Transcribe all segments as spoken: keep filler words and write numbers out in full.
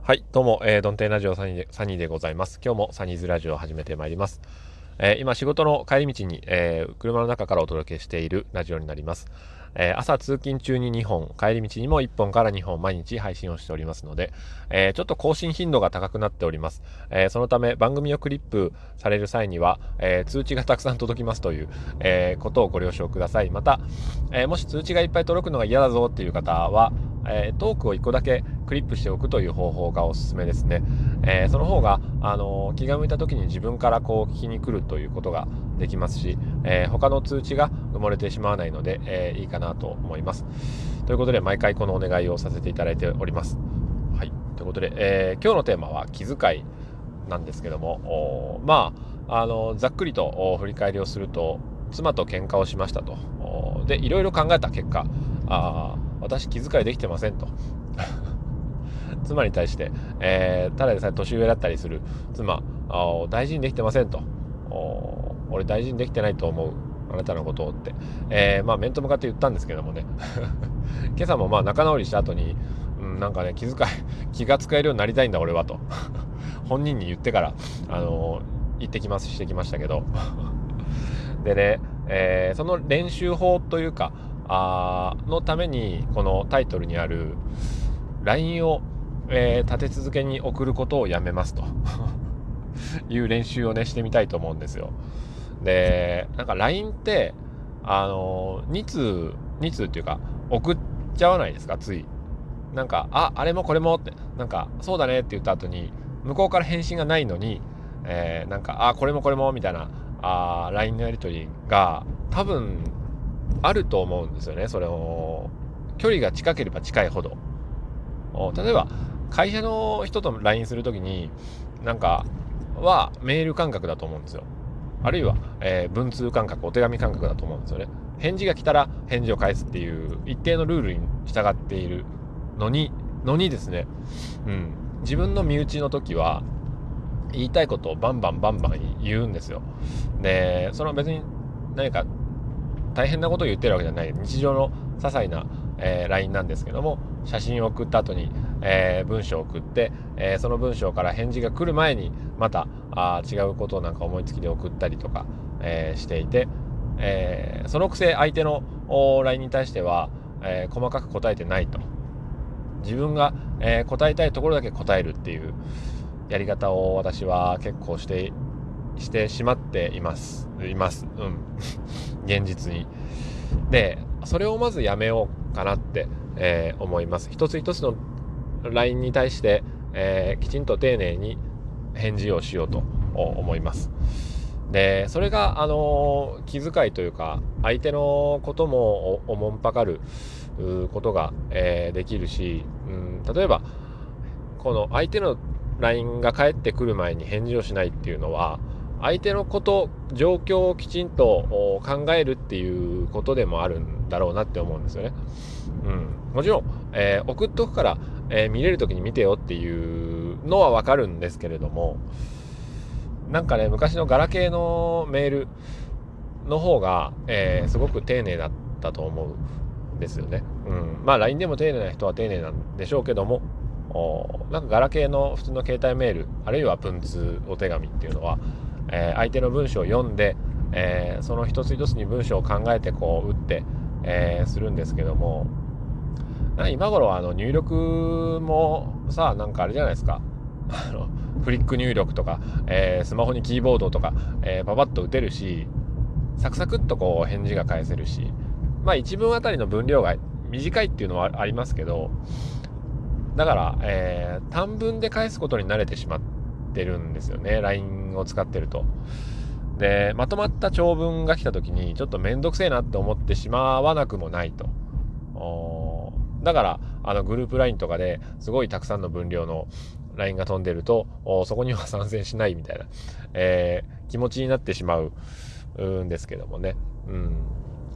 はい、どうも、えー、ドンテンラジオサニーで、サニーでございます。今日もサニーズラジオを始めてまいります。えー今仕事の帰り道に、えー車の中からお届けしているラジオになります。えー朝通勤中ににほん、帰り道にもいっぽんからにほん毎日配信をしておりますので、えーちょっと更新頻度が高くなっております。えーそのため番組をクリップされる際には、えー通知がたくさん届きますという、えーことをご了承ください。また、えーもし通知がいっぱい届くのが嫌だぞっていう方は、えートークをいっこだけクリップしておくという方法がおすすめですね。えーその方が、あのー気が向いた時に自分からこう聞きに来るということができますし、えー他の通知が埋もれてしまわないので、えーいいかなと思います。ということで毎回このお願いをさせていただいております。はい。ということで、えー今日のテーマは気遣いなんですけども、まあ、あのざっくりと振り返りをすると、妻と喧嘩をしましたと。で、いろいろ考えた結果、あ私気遣いできてませんと。妻に対して、えーただでさえ年上だったりする妻を大事にできてませんと。俺大事にできてないと思う。あなたのことをって、えーまあ面と向かって言ったんですけどもね。今朝もまあ仲直りした後に、うん、なんかね、気遣い気が使えるようになりたいんだ俺はと本人に言ってから、あのー行ってきますしてきましたけどでね、えーその練習法というかあのためにこのタイトルにある ライン を、えー立て続けに送ることをやめますという練習をねしてみたいと思うんですよ。で、なんか ライン ってあのに通に通っていうか送っちゃわないですか、つい。なんかああれもこれもって、なんかそうだねって言った後に向こうから返信がないのに、えーなんかあこれもこれもみたいなあ ライン のやり取りが多分あると思うんですよね。それを距離が近ければ近いほど、例えば会社の人と ライン するときになんかはメール感覚だと思うんですよ。あるいは、えー文通感覚、お手紙感覚だと思うんですよね。返事が来たら返事を返すっていう一定のルールに従っているのにのにですね、うん、自分の身内の時は言いたいことをバンバンバンバン言うんですよ。で、その別に何か大変なことを言ってるわけじゃない、日常の些細な、えー ライン なんですけども、写真を送った後に、えー文章を送って、えーその文章から返事が来る前にまたあ違うことをなんか思いつきで送ったりとか、えーしていて、えーそのくせ相手の ライン に対しては、えー細かく答えてないと。自分が、えー答えたいところだけ答えるっていうやり方を私は結構してしてしまっていますいますうん現実に。で、それをまずやめようかなって、えー思います。一つ一つの ライン に対して、えーきちんと丁寧に返事をしようと思います。で、それが、あのー気遣いというか、相手のこともおもんぱかることが、えーできるし、うん、例えばこの相手の ライン が返ってくる前に返事をしないっていうのは、相手のこと状況をきちんと考えるっていうことでもあるんだろうなって思うんですよね。うん、もちろん、えー送っとくから、えー見れる時に見てよっていうのはわかるんですけれども、なんかね、昔のガラケーのメールの方が、えーすごく丁寧だったと思うんですよね。うん、まあ ライン でも丁寧な人は丁寧なんでしょうけども、なんかガラケーの普通の携帯メール、あるいは文通お手紙っていうのは、えー相手の文章を読んで、えーその一つ一つに文章を考えてこう打って、えーするんですけども、今頃はあの入力もさ、なんかあれじゃないですか、あのフリック入力とか、えースマホにキーボードとか、えーパパッと打てるし、サクサクっとこう返事が返せるし、まあ一文あたりの分量が短いっていうのはありますけど、だから、えー短文で返すことに慣れてしまってるんですよね、 ライン を使ってると。で、まとまった長文が来た時にちょっとめんどくせえなって思ってしまわなくもないと。おだからあのグループ ライン とかですごいたくさんの分量の ライン が飛んでると、そこには参戦しないみたいな、えー気持ちになってしまうんですけどもね。うん、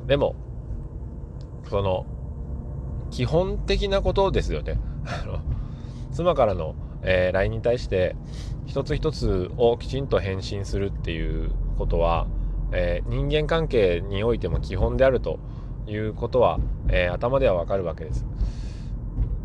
でもその基本的なことですよね。妻からの、えー ライン に対して一つ一つをきちんと返信するっていうことは、えー人間関係においても基本であるということは、えー頭ではわかるわけです。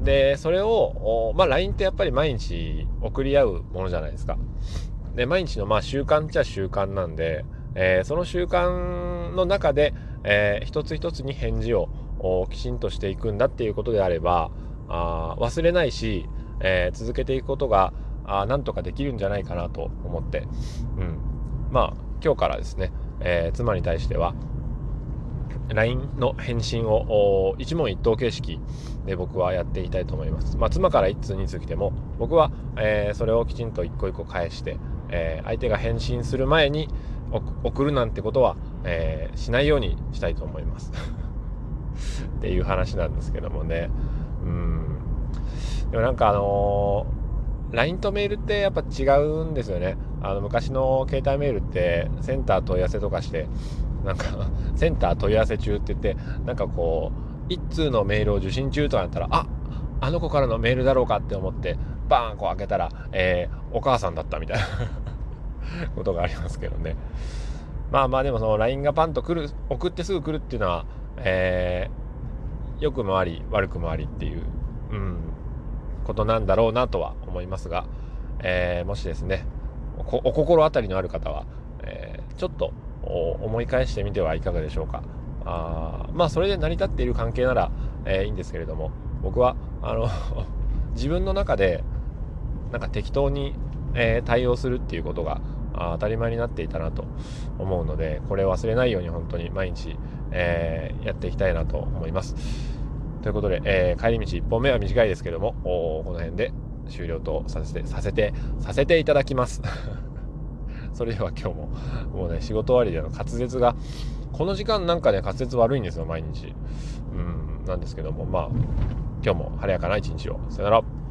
でそれを、まあ、ライン ってやっぱり毎日送り合うものじゃないですか。で毎日のまあ習慣っちゃ習慣なんで、えーその習慣の中で、えー一つ一つに返事をきちんとしていくんだっていうことであれば、あ忘れないし、えー続けていくことがあなんとかできるんじゃないかなと思って、うん、まあ今日からですね、えー妻に対しては ライン の返信を一問一答形式で僕はやっていきたいと思います。まあ、妻から一通二通来ても僕は、えーそれをきちんと一個一個返して、えー相手が返信する前に送るなんてことは、えーしないようにしたいと思いますっていう話なんですけどもね。うんでもなんかあのー、ライン とメールってやっぱ違うんですよね。あの昔の携帯メールってセンター問い合わせとかしてなんかセンター問い合わせ中って言ってなんかこう一通のメールを受信中とかだったらああの子からのメールだろうかって思ってバーンこう開けたら、えー、お母さんだったみたいなことがありますけどね。まあまあでもその ライン がパンと来る送ってすぐ来るっていうのは、えー、良くもあり悪くもありっていう、うん、ことなんだろうなとは思いますが、えー、もしですね お, お心当たりのある方は、えー、ちょっと思い返してみてはいかがでしょうか。あまあそれで成り立っている関係なら、えー、いいんですけれども、僕はあの自分の中でなんか適当に、えー、対応するっていうことが当たり前になっていたなと思うので、これを忘れないように本当に毎日、えー、やっていきたいなと思います。ということで、えー、帰り道いっぽんめは短いですけども、この辺で終了とさせてさせてさせていただきますそれでは今日ももうね仕事終わりでの滑舌がこの時間なんかね滑舌悪いんですよ毎日。うんなんですけども、まあ今日も晴れやかな一日を。さよなら。